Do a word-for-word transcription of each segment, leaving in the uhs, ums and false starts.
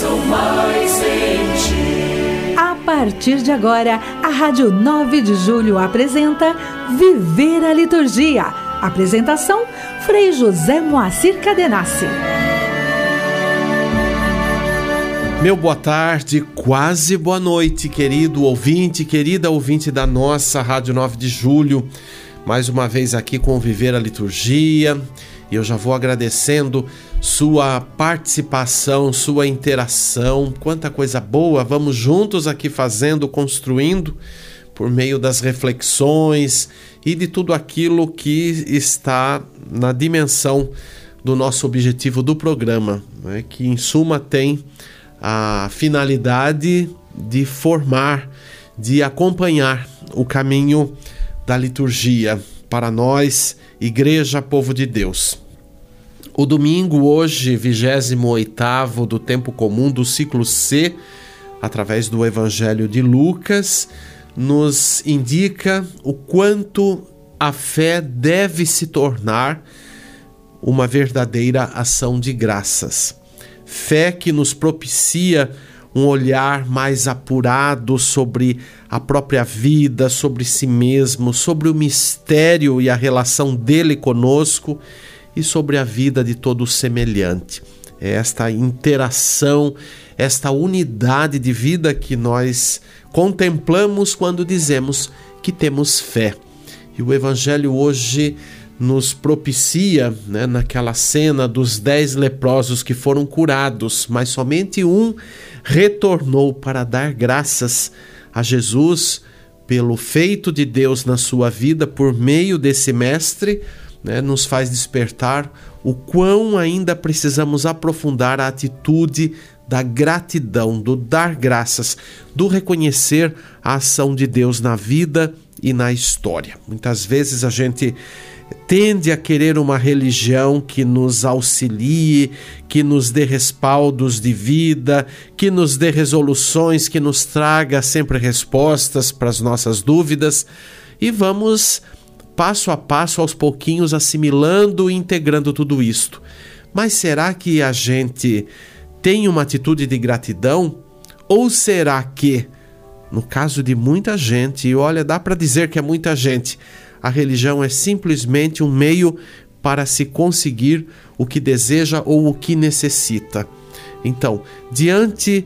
Pensam mais em ti. A partir de agora, a Rádio nove de Julho apresenta Viver a Liturgia. Apresentação, Frei José Moacir Cadenassi. Meu boa tarde, quase boa noite, querido ouvinte, querida ouvinte da nossa Rádio nove de Julho. Mais uma vez aqui com Viver a Liturgia. E eu já vou agradecendo sua participação, sua interação. Quanta coisa boa, vamos juntos aqui fazendo, construindo, por meio das reflexões e de tudo aquilo que está na dimensão do nosso objetivo do programa, né? Que em suma tem a finalidade de formar, de acompanhar o caminho da liturgia para nós, Igreja, povo de Deus. O domingo hoje, vigésimo oitavo do tempo comum do ciclo C, através do Evangelho de Lucas, nos indica o quanto a fé deve se tornar uma verdadeira ação de graças. Fé que nos propicia um olhar mais apurado sobre a própria vida, sobre si mesmo, sobre o mistério e a relação dele conosco e sobre a vida de todo semelhante. É esta interação, esta unidade de vida que nós contemplamos quando dizemos que temos fé. E o Evangelho hoje nos propicia, né, naquela cena dos dez leprosos que foram curados, mas somente um retornou para dar graças a Jesus pelo feito de Deus na sua vida por meio desse mestre, né, nos faz despertar o quão ainda precisamos aprofundar a atitude da gratidão, do dar graças, do reconhecer a ação de Deus na vida e na história. Muitas vezes a gente tende a querer uma religião que nos auxilie, que nos dê respaldos de vida, que nos dê resoluções, que nos traga sempre respostas para as nossas dúvidas, e vamos passo a passo, aos pouquinhos, assimilando e integrando tudo isto. Mas será que a gente tem uma atitude de gratidão? Ou será que, no caso de muita gente, e olha, dá para dizer que é muita gente, a religião é simplesmente um meio para se conseguir o que deseja ou o que necessita? Então, diante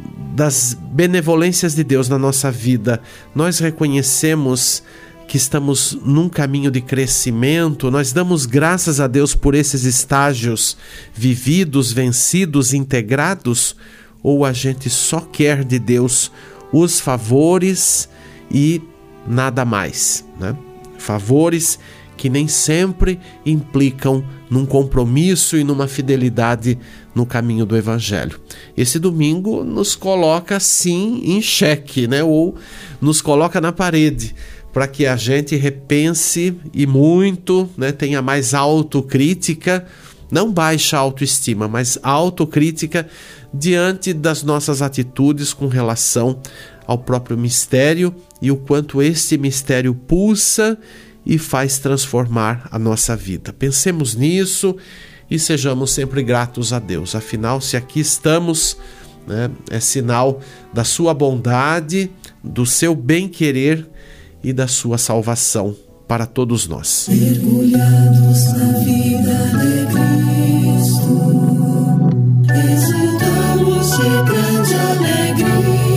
das benevolências de Deus na nossa vida, nós reconhecemos que estamos num caminho de crescimento, nós damos graças a Deus por esses estágios vividos, vencidos, integrados, ou a gente só quer de Deus os favores e nada mais, né? Favores que nem sempre implicam num compromisso e numa fidelidade no caminho do Evangelho. Esse domingo nos coloca sim em xeque, né? Ou nos coloca na parede, para que a gente repense e muito, né? Tenha mais autocrítica, não baixa autoestima, mas autocrítica diante das nossas atitudes com relação ao próprio mistério e o quanto este mistério pulsa e faz transformar a nossa vida. Pensemos nisso e sejamos sempre gratos a Deus. Afinal, se aqui estamos, né, é sinal da sua bondade, do seu bem-querer e da sua salvação para todos nós. Mergulhados na vida de Cristo, exultamos de grande alegria.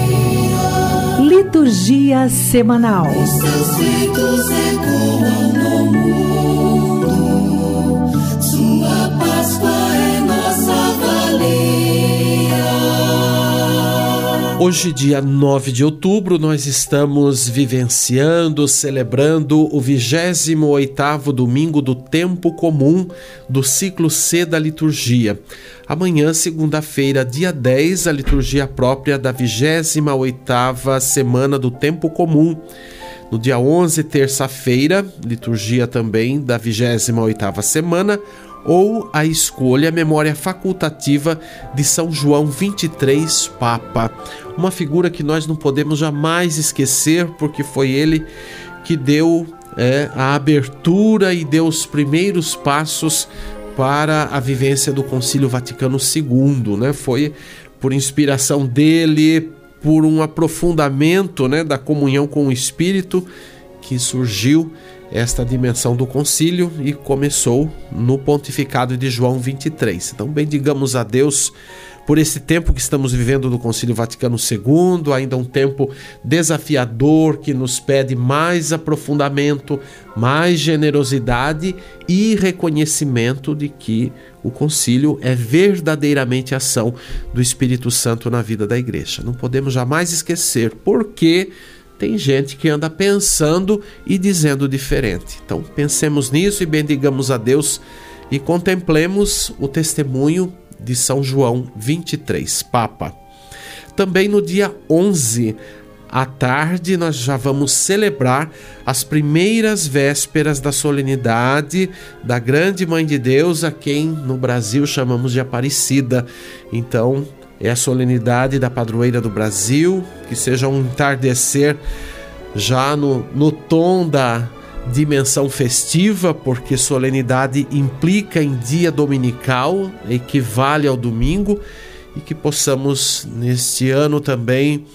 Liturgia semanal. Os seus feitos ecoam no mundo, sua Páscoa é nossa valia. Hoje, dia nove de outubro, nós estamos vivenciando, celebrando o vigésimo oitavo domingo do tempo comum do ciclo C da liturgia. Amanhã, segunda-feira, dia dez, a liturgia própria da vigésima oitava semana do tempo comum. No dia onze, terça-feira, liturgia também da vigésima oitava semana, ou a escolha, a memória facultativa de São João vinte e três, Papa. Uma figura que nós não podemos jamais esquecer, porque foi ele que deu é, a abertura e deu os primeiros passos para a vivência do Concílio Vaticano segundo, né? Foi por inspiração dele, por um aprofundamento, né, da comunhão com o Espírito, que surgiu esta dimensão do concílio e começou no pontificado de João vinte e três. Então, bendigamos a Deus por esse tempo que estamos vivendo do Concílio Vaticano segundo, ainda um tempo desafiador que nos pede mais aprofundamento, mais generosidade e reconhecimento de que o concílio é verdadeiramente ação do Espírito Santo na vida da igreja. Não podemos jamais esquecer, porque tem gente que anda pensando e dizendo diferente. Então, pensemos nisso e bendigamos a Deus e contemplemos o testemunho de São João vinte e três, Papa. Também no dia onze, à tarde, nós já vamos celebrar as primeiras vésperas da solenidade da Grande Mãe de Deus, a quem no Brasil chamamos de Aparecida. Então, é a solenidade da padroeira do Brasil, que seja um entardecer já no, no tom da dimensão festiva, porque solenidade implica em dia dominical, equivale ao domingo, e que possamos neste ano também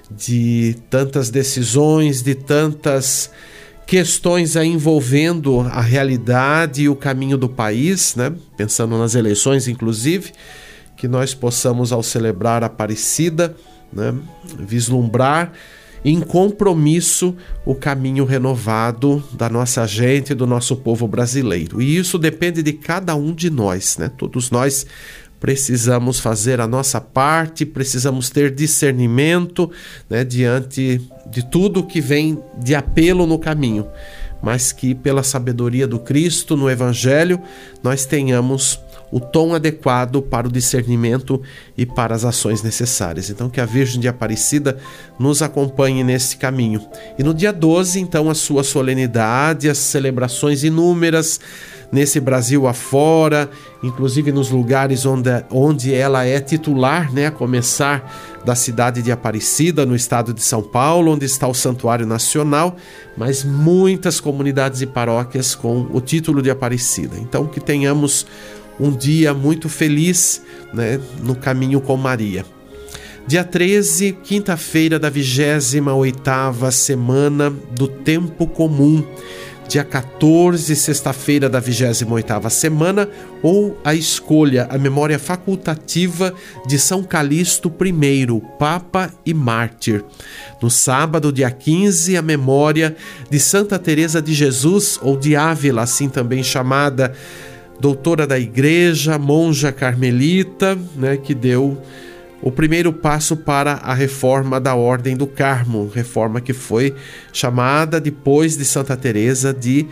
de tantas decisões, de tantas questões aí envolvendo a realidade e o caminho do país, né? Pensando nas eleições inclusive, que nós possamos, ao celebrar a Aparecida, né, vislumbrar em compromisso o caminho renovado da nossa gente, do nosso povo brasileiro. E isso depende de cada um de nós, né? Todos nós precisamos fazer a nossa parte, precisamos ter discernimento, né, diante de tudo que vem de apelo no caminho, mas que pela sabedoria do Cristo no Evangelho nós tenhamos o tom adequado para o discernimento e para as ações necessárias. Então, que a Virgem de Aparecida nos acompanhe nesse caminho. E no dia doze, então, a sua solenidade, as celebrações inúmeras nesse Brasil afora, inclusive nos lugares onde, onde ela é titular, né, a começar da cidade de Aparecida, no estado de São Paulo, onde está o Santuário Nacional, mas muitas comunidades e paróquias com o título de Aparecida. Então, que tenhamos um dia muito feliz, né, no caminho com Maria. Dia treze, quinta-feira da vigésima oitava semana do Tempo Comum. Dia quatorze, sexta-feira da vigésima oitava semana, ou a escolha, a memória facultativa de São Calixto I, Papa e Mártir. No sábado, dia quinze, a memória de Santa Teresa de Jesus, ou de Ávila, assim também chamada, doutora da Igreja, monja carmelita, né, que deu o primeiro passo para a reforma da Ordem do Carmo, reforma que foi chamada depois de Santa Teresa de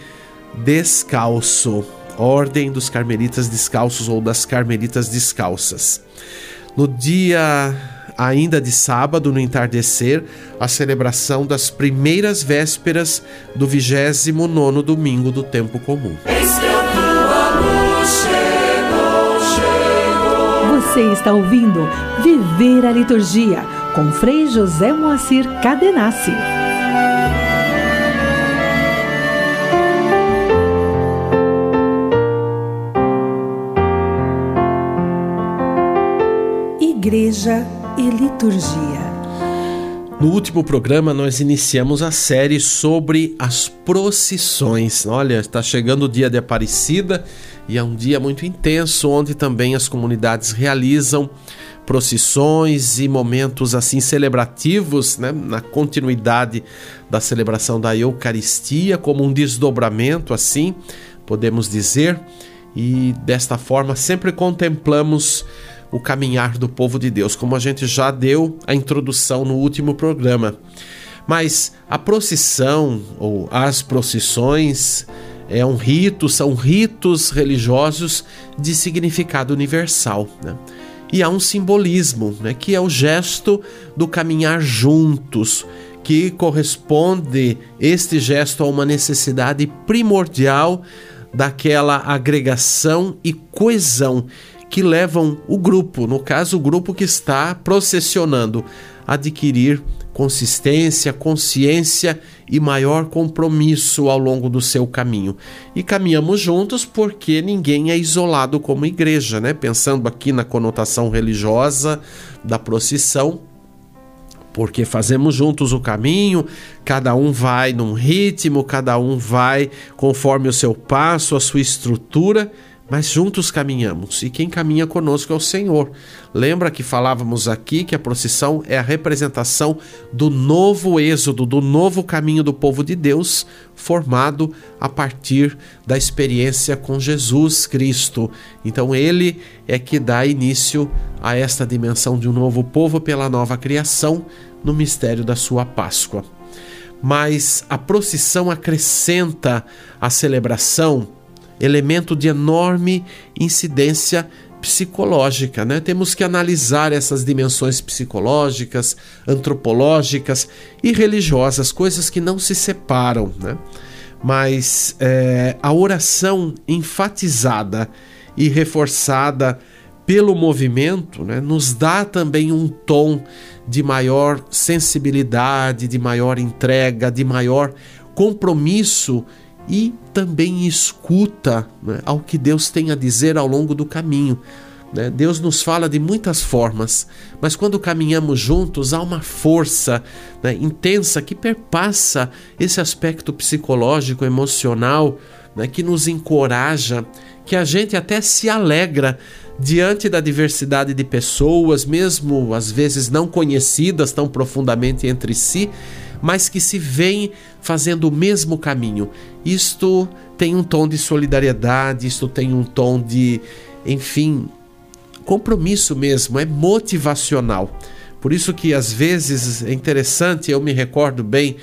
Descalço, Ordem dos Carmelitas Descalços ou das Carmelitas Descalças. No dia ainda de sábado, no entardecer, a celebração das primeiras vésperas do vigésimo nono domingo do Tempo Comum. Você está ouvindo Viver a Liturgia com Frei José Moacir Cadenassi. Igreja e Liturgia. No último programa nós iniciamos a série sobre as procissões. Olha, está chegando o dia de Aparecida e é um dia muito intenso, onde também as comunidades realizam procissões e momentos assim celebrativos, né, na continuidade da celebração da Eucaristia, como um desdobramento, assim podemos dizer, e desta forma sempre contemplamos o caminhar do povo de Deus, como a gente já deu a introdução no último programa. Mas a procissão ou as procissões é um rito, são ritos religiosos de significado universal, né? E há um simbolismo, né, que é o gesto do caminhar juntos, que corresponde este gesto a uma necessidade primordial daquela agregação e coesão que levam o grupo, no caso o grupo que está processionando, a adquirir consistência, consciência e maior compromisso ao longo do seu caminho. E caminhamos juntos porque ninguém é isolado como igreja, né? Pensando aqui na conotação religiosa da procissão, porque fazemos juntos o caminho, cada um vai num ritmo, cada um vai conforme o seu passo, a sua estrutura, mas juntos caminhamos, e quem caminha conosco é o Senhor. Lembra que falávamos aqui que a procissão é a representação do novo êxodo, do novo caminho do povo de Deus, formado a partir da experiência com Jesus Cristo. Então ele é que dá início a esta dimensão de um novo povo pela nova criação no mistério da sua Páscoa. Mas a procissão acrescenta à celebração elemento de enorme incidência psicológica, né? Temos que analisar essas dimensões psicológicas, antropológicas e religiosas, coisas que não se separam, né? Mas é, a oração enfatizada e reforçada pelo movimento, né, nos dá também um tom de maior sensibilidade, de maior entrega, de maior compromisso e também escuta, né, ao que Deus tem a dizer ao longo do caminho. Né? Deus nos fala de muitas formas, mas quando caminhamos juntos há uma força, né, intensa que perpassa esse aspecto psicológico, emocional, né, que nos encoraja, que a gente até se alegra diante da diversidade de pessoas, mesmo às vezes não conhecidas tão profundamente entre si, mas que se veem fazendo o mesmo caminho. Isto tem um tom de solidariedade, isto tem um tom de, enfim, compromisso mesmo, é motivacional. Por isso que às vezes é interessante, eu me recordo bem,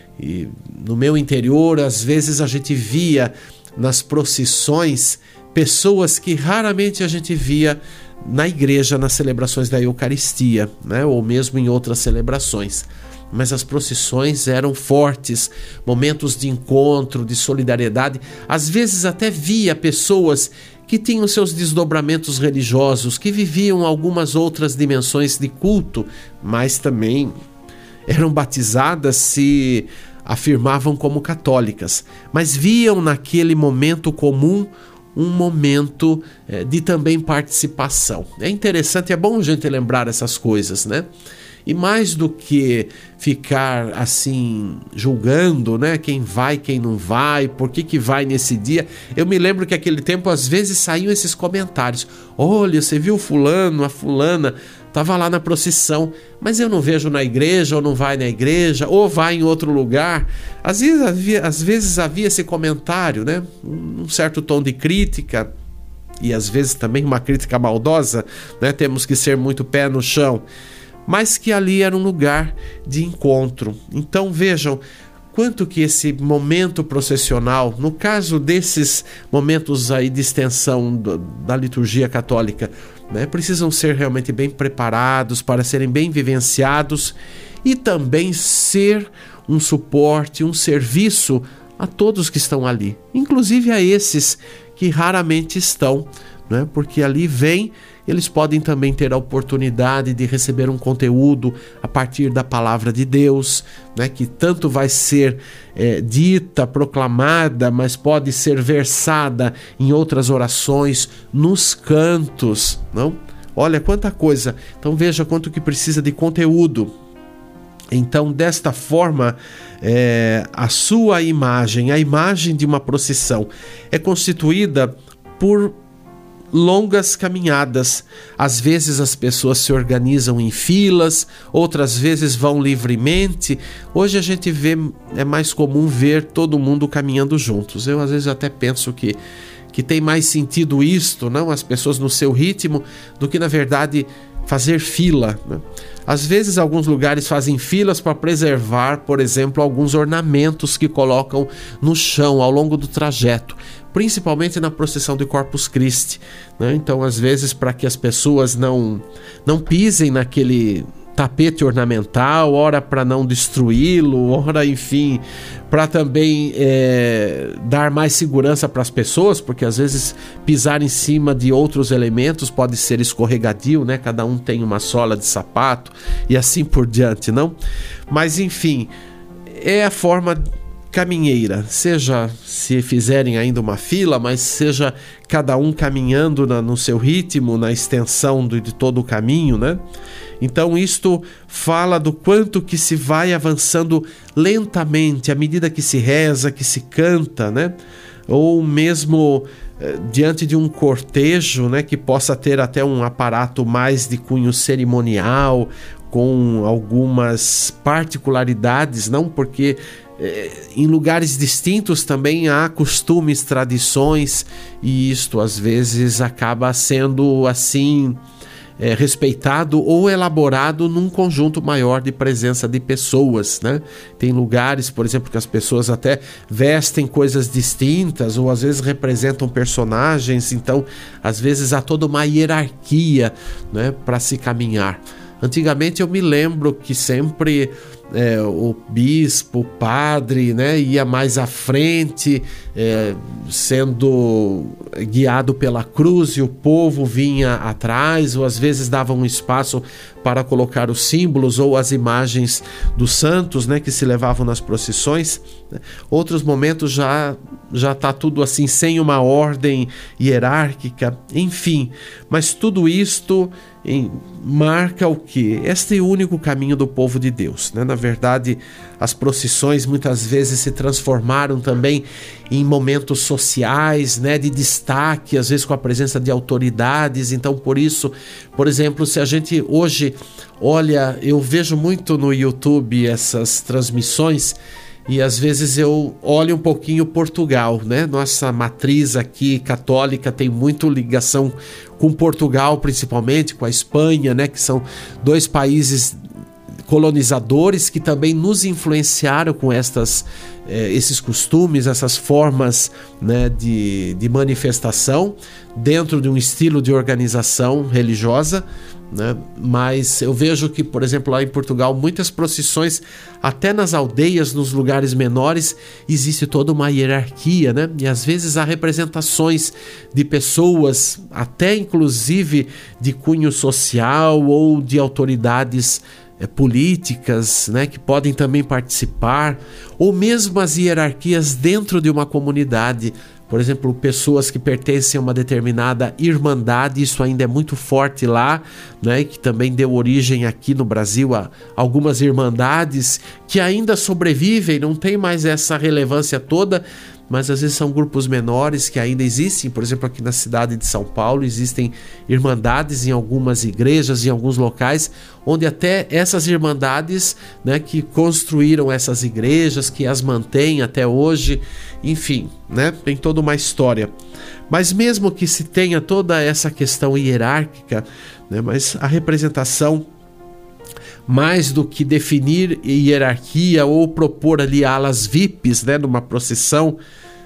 e no meu interior, às vezes a gente via nas procissões pessoas que raramente a gente via na igreja, nas celebrações da Eucaristia, né? Ou mesmo em outras celebrações. Mas as procissões eram fortes, momentos de encontro, de solidariedade. Às vezes até via pessoas que tinham seus desdobramentos religiosos, que viviam algumas outras dimensões de culto, mas também eram batizadas, se afirmavam como católicas, mas viam naquele momento comum um momento é, de também participação. É interessante, é bom a gente lembrar essas coisas, né? E mais do que ficar assim julgando, né, quem vai, quem não vai, por que que vai nesse dia, eu me lembro que naquele tempo às vezes saíam esses comentários: olha, você viu fulano, a fulana estava lá na procissão, mas eu não vejo na igreja, ou não vai na igreja, ou vai em outro lugar. Às vezes havia, às vezes havia esse comentário, né, um certo tom de crítica, e às vezes também uma crítica maldosa, né, temos que ser muito pé no chão, mas que ali era um lugar de encontro. Então vejam quanto que esse momento processional, no caso desses momentos aí de extensão do, da liturgia católica, né, precisam ser realmente bem preparados para serem bem vivenciados e também ser um suporte, um serviço a todos que estão ali, inclusive a esses que raramente estão, né, porque ali vem, eles podem também ter a oportunidade de receber um conteúdo a partir da palavra de Deus, né, que tanto vai ser é, dita, proclamada, mas pode ser versada em outras orações, nos cantos, não? Olha quanta coisa. Então veja quanto que precisa de conteúdo. Então, desta forma, é, a sua imagem, a imagem de uma procissão, é constituída por longas caminhadas. Às vezes as pessoas se organizam em filas, outras vezes vão livremente. Hoje a gente vê, é mais comum ver todo mundo caminhando juntos. Eu às vezes até penso que, que tem mais sentido isto, não? As pessoas no seu ritmo, do que na verdade fazer fila, né? Às vezes alguns lugares fazem filas para preservar, por exemplo, alguns ornamentos que colocam no chão ao longo do trajeto, principalmente na procissão de Corpus Christi, né? Então, às vezes, para que as pessoas não, não pisem naquele tapete ornamental, ora para não destruí-lo, ora, enfim, para também é, dar mais segurança para as pessoas, porque às vezes pisar em cima de outros elementos pode ser escorregadio, né? Cada um tem uma sola de sapato e assim por diante, não? Mas, enfim, é a forma caminheira, seja se fizerem ainda uma fila, mas seja cada um caminhando na, no seu ritmo, na extensão do, de todo o caminho, né? Então isto fala do quanto que se vai avançando lentamente à medida que se reza, que se canta, né? Ou mesmo eh, diante de um cortejo, né, que possa ter até um aparato mais de cunho cerimonial, com algumas particularidades, não? Porque eh, em lugares distintos também há costumes, tradições, e isto às vezes acaba sendo assim É, respeitado ou elaborado num conjunto maior de presença de pessoas, né? Tem lugares, por exemplo, que as pessoas até vestem coisas distintas ou às vezes representam personagens, então às vezes há toda uma hierarquia, né, para se caminhar. Antigamente eu me lembro que sempre é, o bispo, o padre, né, ia mais à frente, é, sendo guiado pela cruz, e o povo vinha atrás, ou às vezes dava um espaço para colocar os símbolos ou as imagens dos santos, né, que se levavam nas procissões. Outros momentos já já está tudo assim, sem uma ordem hierárquica, enfim, mas tudo isto em, marca o que? Este único caminho do povo de Deus, né? Na verdade, as procissões muitas vezes se transformaram também em momentos sociais, né, de destaque, às vezes com a presença de autoridades. Então, por isso, por exemplo, se a gente hoje olha, eu vejo muito no YouTube essas transmissões, e às vezes eu olho um pouquinho Portugal, né? Nossa matriz aqui católica tem muito ligação com Portugal, principalmente com a Espanha, né? Que são dois países colonizadores que também nos influenciaram com estas, eh, esses costumes, essas formas, né, de, de manifestação dentro de um estilo de organização religiosa, né? Mas eu vejo que, por exemplo, lá em Portugal, muitas procissões, até nas aldeias, nos lugares menores, existe toda uma hierarquia, né? E às vezes há representações de pessoas, até inclusive de cunho social ou de autoridades É, políticas, né, que podem também participar, ou mesmo as hierarquias dentro de uma comunidade. Por exemplo, pessoas que pertencem a uma determinada irmandade, isso ainda é muito forte lá, né, que também deu origem aqui no Brasil a algumas irmandades que ainda sobrevivem, não tem mais essa relevância toda, mas às vezes são grupos menores que ainda existem. Por exemplo, aqui na cidade de São Paulo existem irmandades em algumas igrejas, em alguns locais, onde até essas irmandades, né, que construíram essas igrejas, que as mantêm até hoje, enfim, né, tem toda uma história. Mas mesmo que se tenha toda essa questão hierárquica, né, mas a representação, mais do que definir hierarquia ou propor ali alas V I Ps, né, numa procissão,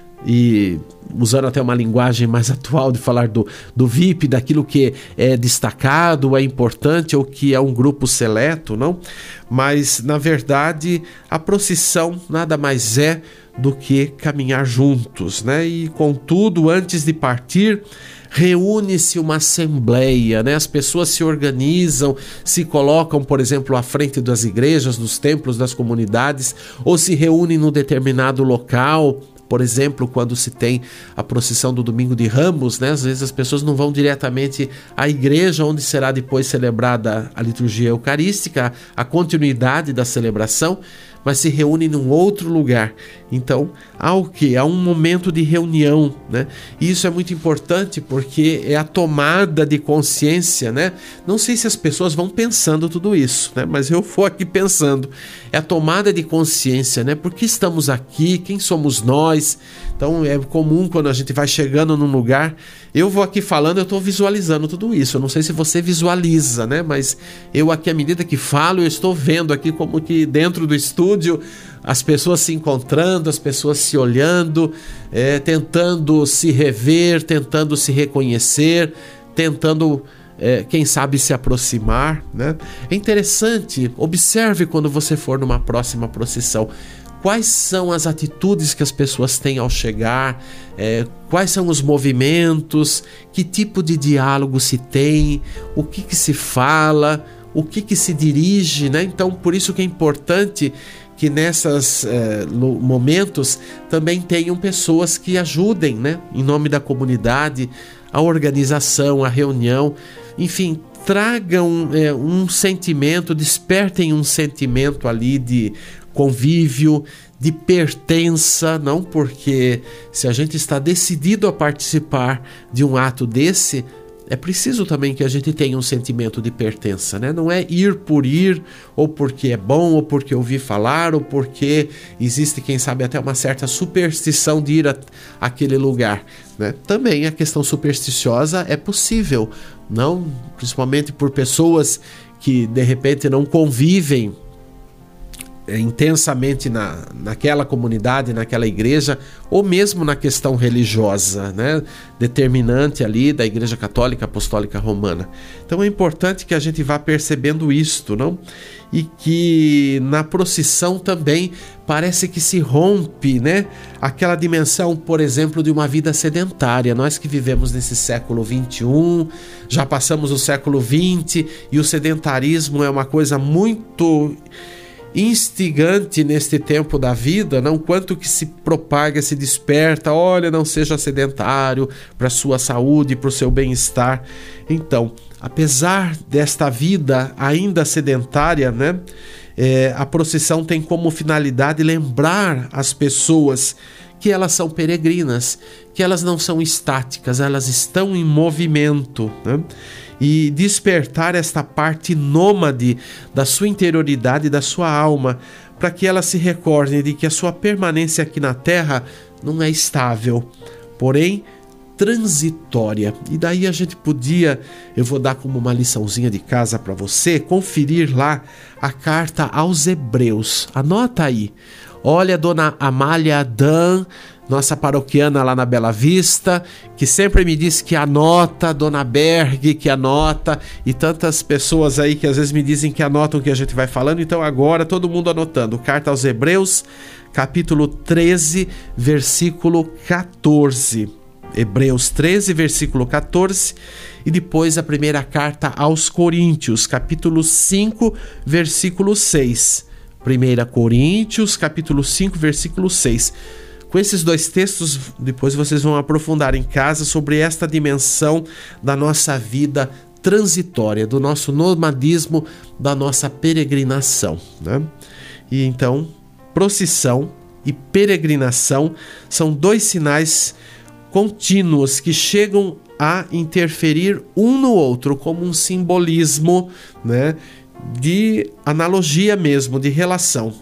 e usando até uma linguagem mais atual de falar do, do V I P, daquilo que é destacado, é importante ou que é um grupo seleto, não? Mas, na verdade, a procissão nada mais é do que caminhar juntos, né? E, contudo, antes de partir, reúne-se uma assembleia, né? As pessoas se organizam, se colocam, por exemplo, à frente das igrejas, dos templos, das comunidades, ou se reúnem num determinado local. Por exemplo, quando se tem a procissão do Domingo de Ramos, né? Às vezes as pessoas não vão diretamente à igreja onde será depois celebrada a liturgia eucarística, a continuidade da celebração, mas se reúnem num outro lugar. Então, há o quê? Há um momento de reunião, né? E isso é muito importante porque é a tomada de consciência, né? Não sei se as pessoas vão pensando tudo isso, né? Mas eu vou aqui pensando. É a tomada de consciência, né? Por que estamos aqui? Quem somos nós? Então, é comum quando a gente vai chegando num lugar, eu vou aqui falando, eu estou visualizando tudo isso. Eu não sei se você visualiza, né? Mas eu aqui, à medida que falo, eu estou vendo aqui como que dentro do estúdio, as pessoas se encontrando, as pessoas se olhando, é, tentando se rever, tentando se reconhecer, tentando é, quem sabe se aproximar, né? É interessante, observe quando você for numa próxima procissão. Quais são as atitudes que as pessoas têm ao chegar, é, quais são os movimentos, que tipo de diálogo se tem, o que, que se fala, o que, que se dirige, né? Então, por isso que é importante que nesses é, momentos também tenham pessoas que ajudem, né? Em nome da comunidade, a organização, a reunião, enfim, tragam é, um sentimento, despertem um sentimento ali de convívio, de pertença, não? Porque se a gente está decidido a participar de um ato desse, é preciso também que a gente tenha um sentimento de pertença, né? Não é ir por ir, ou porque é bom, ou porque ouvi falar, ou porque existe, quem sabe, até uma certa superstição de ir a, àquele lugar, né? Também a questão supersticiosa é possível, não? Principalmente por pessoas que de repente não convivem intensamente na, naquela comunidade, naquela igreja, ou mesmo na questão religiosa, né, determinante ali da Igreja Católica Apostólica Romana. Então é importante que a gente vá percebendo isto, não? E que na procissão também parece que se rompe, né, aquela dimensão, por exemplo, de uma vida sedentária. Nós que vivemos nesse século vinte e um, já passamos o século vinte, e o sedentarismo é uma coisa muito instigante neste tempo da vida, não? Quanto que se propaga, se desperta, olha, não seja sedentário, para a sua saúde, para o seu bem-estar. Então, apesar desta vida ainda sedentária, né, é, a procissão tem como finalidade lembrar as pessoas que elas são peregrinas, que elas não são estáticas, elas estão em movimento, né? E despertar esta parte nômade da sua interioridade e da sua alma, para que ela se recorde de que a sua permanência aqui na Terra não é estável, porém transitória. E daí a gente podia, eu vou dar como uma liçãozinha de casa para você, conferir lá a carta aos Hebreus. Anota aí. Olha, dona Amália Dan, nossa paroquiana lá na Bela Vista, que sempre me diz que anota, dona Berg, que anota, e tantas pessoas aí que às vezes me dizem que anotam o que a gente vai falando. Então agora todo mundo anotando. Carta aos Hebreus, capítulo treze, versículo catorze. Hebreus treze, versículo catorze, e depois a primeira carta aos Coríntios, capítulo cinco, versículo seis. primeira Coríntios, capítulo cinco, versículo seis. Com esses dois textos, depois vocês vão aprofundar em casa sobre esta dimensão da nossa vida transitória, do nosso nomadismo, da nossa peregrinação, né? E então, procissão e peregrinação são dois sinais contínuos que chegam a interferir um no outro, como um simbolismo, né, de analogia mesmo, de relação.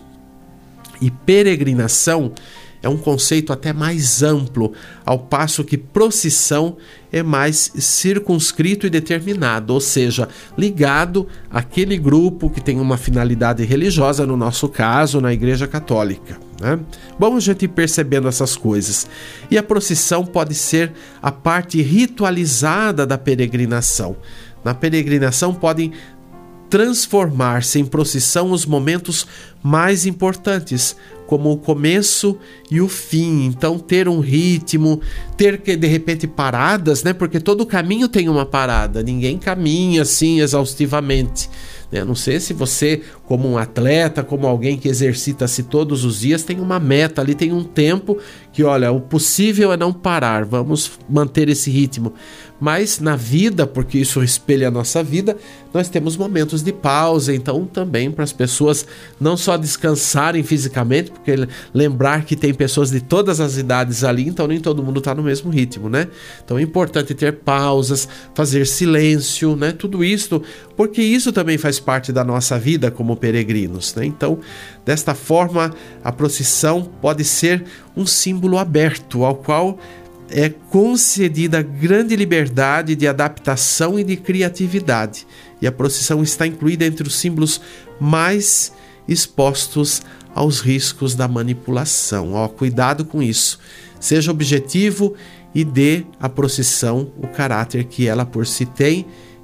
E peregrinação é um conceito até mais amplo, ao passo que procissão é mais circunscrito e determinado, ou seja, ligado àquele grupo que tem uma finalidade religiosa, no nosso caso, na Igreja Católica, né? Bom, a gente ir percebendo essas coisas. E a procissão pode ser a parte ritualizada da peregrinação. Na peregrinação podem transformar-se em procissão os momentos mais importantes, como o começo e o fim. Então, ter um ritmo, ter que, de repente, paradas, né? Porque todo caminho tem uma parada, ninguém caminha assim exaustivamente, né? Não sei se você, como um atleta, como alguém que exercita-se todos os dias, tem uma meta ali, tem um tempo que, olha, o possível é não parar, vamos manter esse ritmo. Mas na vida, porque isso espelha a nossa vida, nós temos momentos de pausa, então também para as pessoas não só descansarem fisicamente, porque lembrar que tem pessoas de todas as idades ali, então nem todo mundo está no mesmo ritmo, né? Então é importante ter pausas, fazer silêncio, né? Tudo isso, porque isso também faz parte da nossa vida como peregrinos, né? Então, desta forma, a procissão pode ser um símbolo aberto, ao qual é concedida grande liberdade de adaptação e de criatividade. E a procissão está incluída entre os símbolos mais expostos aos riscos da manipulação. Ó, cuidado com isso. Seja objetivo e dê à procissão o caráter que ela por si tem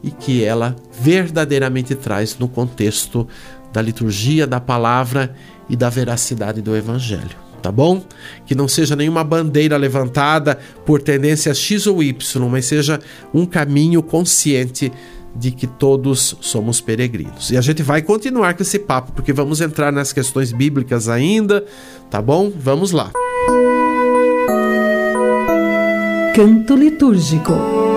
e que ela verdadeiramente traz no contexto da liturgia, da palavra e da veracidade do Evangelho. Tá bom? Que não seja nenhuma bandeira levantada por tendência X ou Y, mas seja um caminho consciente de que todos somos peregrinos. E a gente vai continuar com esse papo, porque vamos entrar nas questões bíblicas ainda, tá bom? Vamos lá. Canto litúrgico.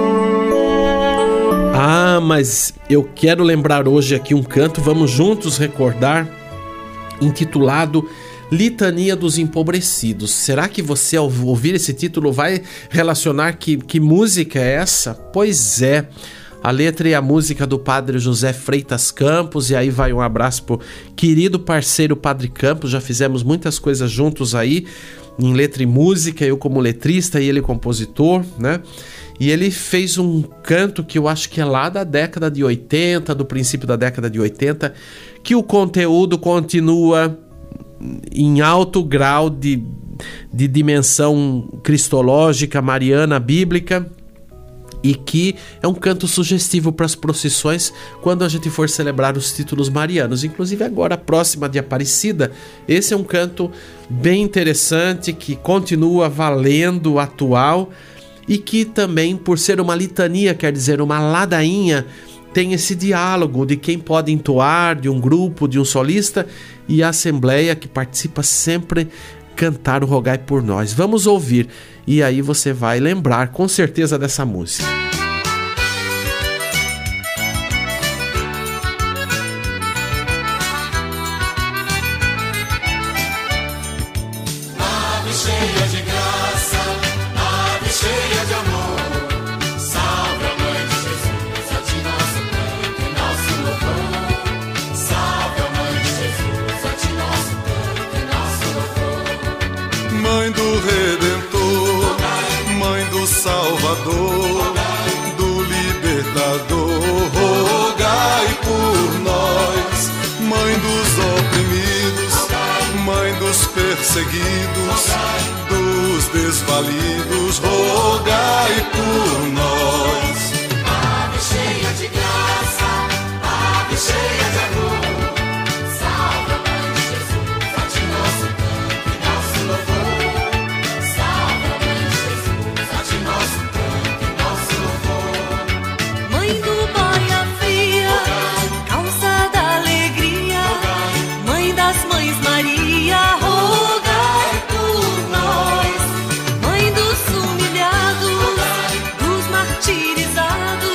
Ah, mas eu quero lembrar hoje aqui um canto, vamos juntos recordar, intitulado Litania dos Empobrecidos. Será que você, ao ouvir esse título, vai relacionar que, que música é essa? Pois é, a letra e a música do Padre José Freitas Campos, e aí vai um abraço pro querido parceiro Padre Campos, já fizemos muitas coisas juntos aí, em letra e música, eu como letrista e ele compositor, né? E ele fez um canto que eu acho que é lá da década de oitenta, do princípio da década de oitenta, que o conteúdo continua em alto grau de, de dimensão cristológica, mariana, bíblica, e que é um canto sugestivo para as procissões quando a gente for celebrar os títulos marianos, inclusive agora próxima de Aparecida. Esse é um canto bem interessante, que continua valendo, atual, e que também, por ser uma litania, quer dizer uma ladainha, tem esse diálogo de quem pode entoar, de um grupo, de um solista, e a Assembleia que participa sempre cantar o Rogai por Nós. Vamos ouvir, e aí você vai lembrar com certeza dessa música. Ave cheia de graça, ave cheia de amor, salve a Mãe de Jesus, a ti nosso canto e nosso louvor. Salve a Mãe de Jesus, a ti nosso canto e nosso louvor. Mãe do Redentor, Mãe do Salvador, do Libertador, rogai por nós. Mãe dos oprimidos, Mãe dos perseguidos, dos desvalidos, rogai por nós. Ave cheia de graça, ave cheia de amor, salve a Mãe de Jesus, a ti nosso canto e nosso louvor. Salve a Mãe de Jesus, a ti nosso canto e nosso louvor. Mãe do boia fria, calça da alegria, Mãe das mães Maria, rogai por nós. Mãe dos humilhados, dos martirizados,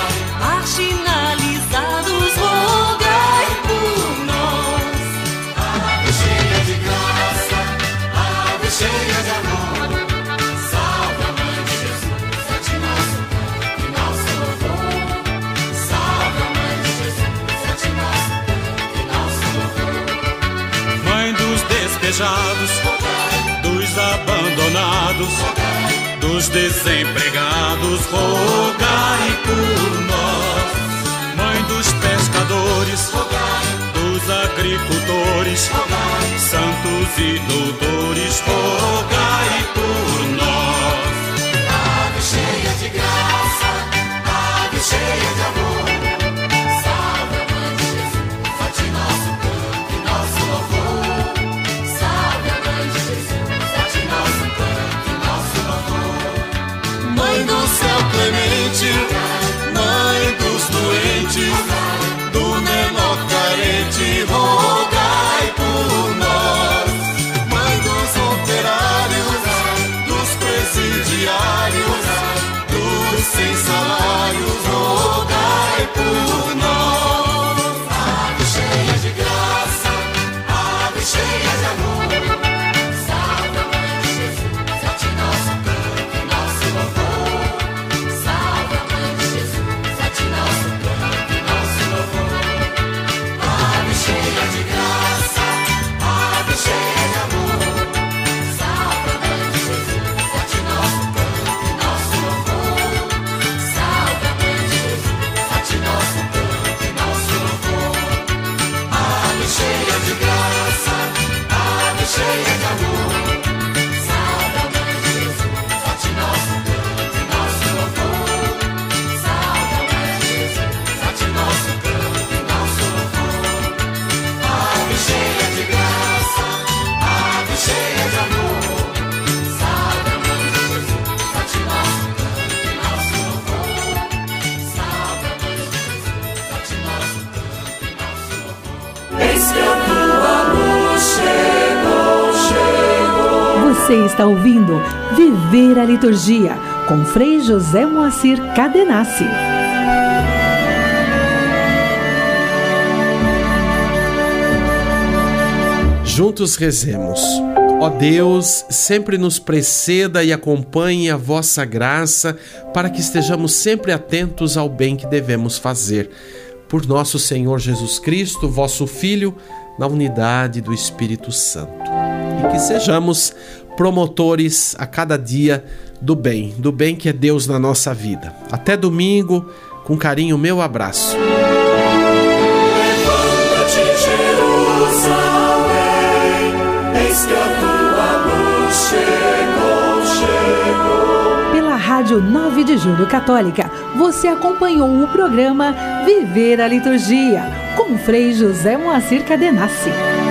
marginalizados, rogai por nós. Ave cheia de graça, ave cheia de amor, salve a Mãe de Jesus, a ti nosso canto e nosso louvor. Salve a Mãe de Jesus, a ti nosso canto e nosso louvor. Mãe dos despejados, dos abandonados, dos desempregados, rogai por nós. Mãe dos pescadores, dos agricultores, santos e doutores, rogai por nós. Ave cheia de graça, ave cheia de amor, salve a Mãe de Jesus, a ti nosso canto e nosso louvor. Salve a Mãe de Jesus, a ti nosso canto e nosso louvor. Mãe do céu clemente, Mãe dos doentes, do menor carente, rogai por nós. Mãe dos operários, dos presidiários, dos sem salários, rogai por nós. Ave cheia de graça, ave cheia de amor, salve a Mãe de Jesus, a ti nosso canto e nosso louvor. Salve a Mãe de Jesus, a ti nosso canto e nosso louvor. Ave cheia de graça, ave cheia de amor, salve a Mãe de Jesus, a ti nosso canto e nosso louvor. Salve a Mãe de Jesus, a ti nosso canto Você está ouvindo Viver a Liturgia com Frei José Moacir Cadenassi. Juntos rezemos. Ó Deus, sempre nos preceda e acompanhe a vossa graça para que estejamos sempre atentos ao bem que devemos fazer. Por nosso Senhor Jesus Cristo, vosso Filho, na unidade do Espírito Santo. E que sejamos promotores a cada dia do bem, do bem que é Deus na nossa vida. Até domingo, com carinho, meu abraço. Levanta-te, Jerusalém, eis que a tua luz chegou, chegou. Pela Rádio nove de Julho Católica, você acompanhou o programa Viver a Liturgia, com Frei José Moacir Cadenassi.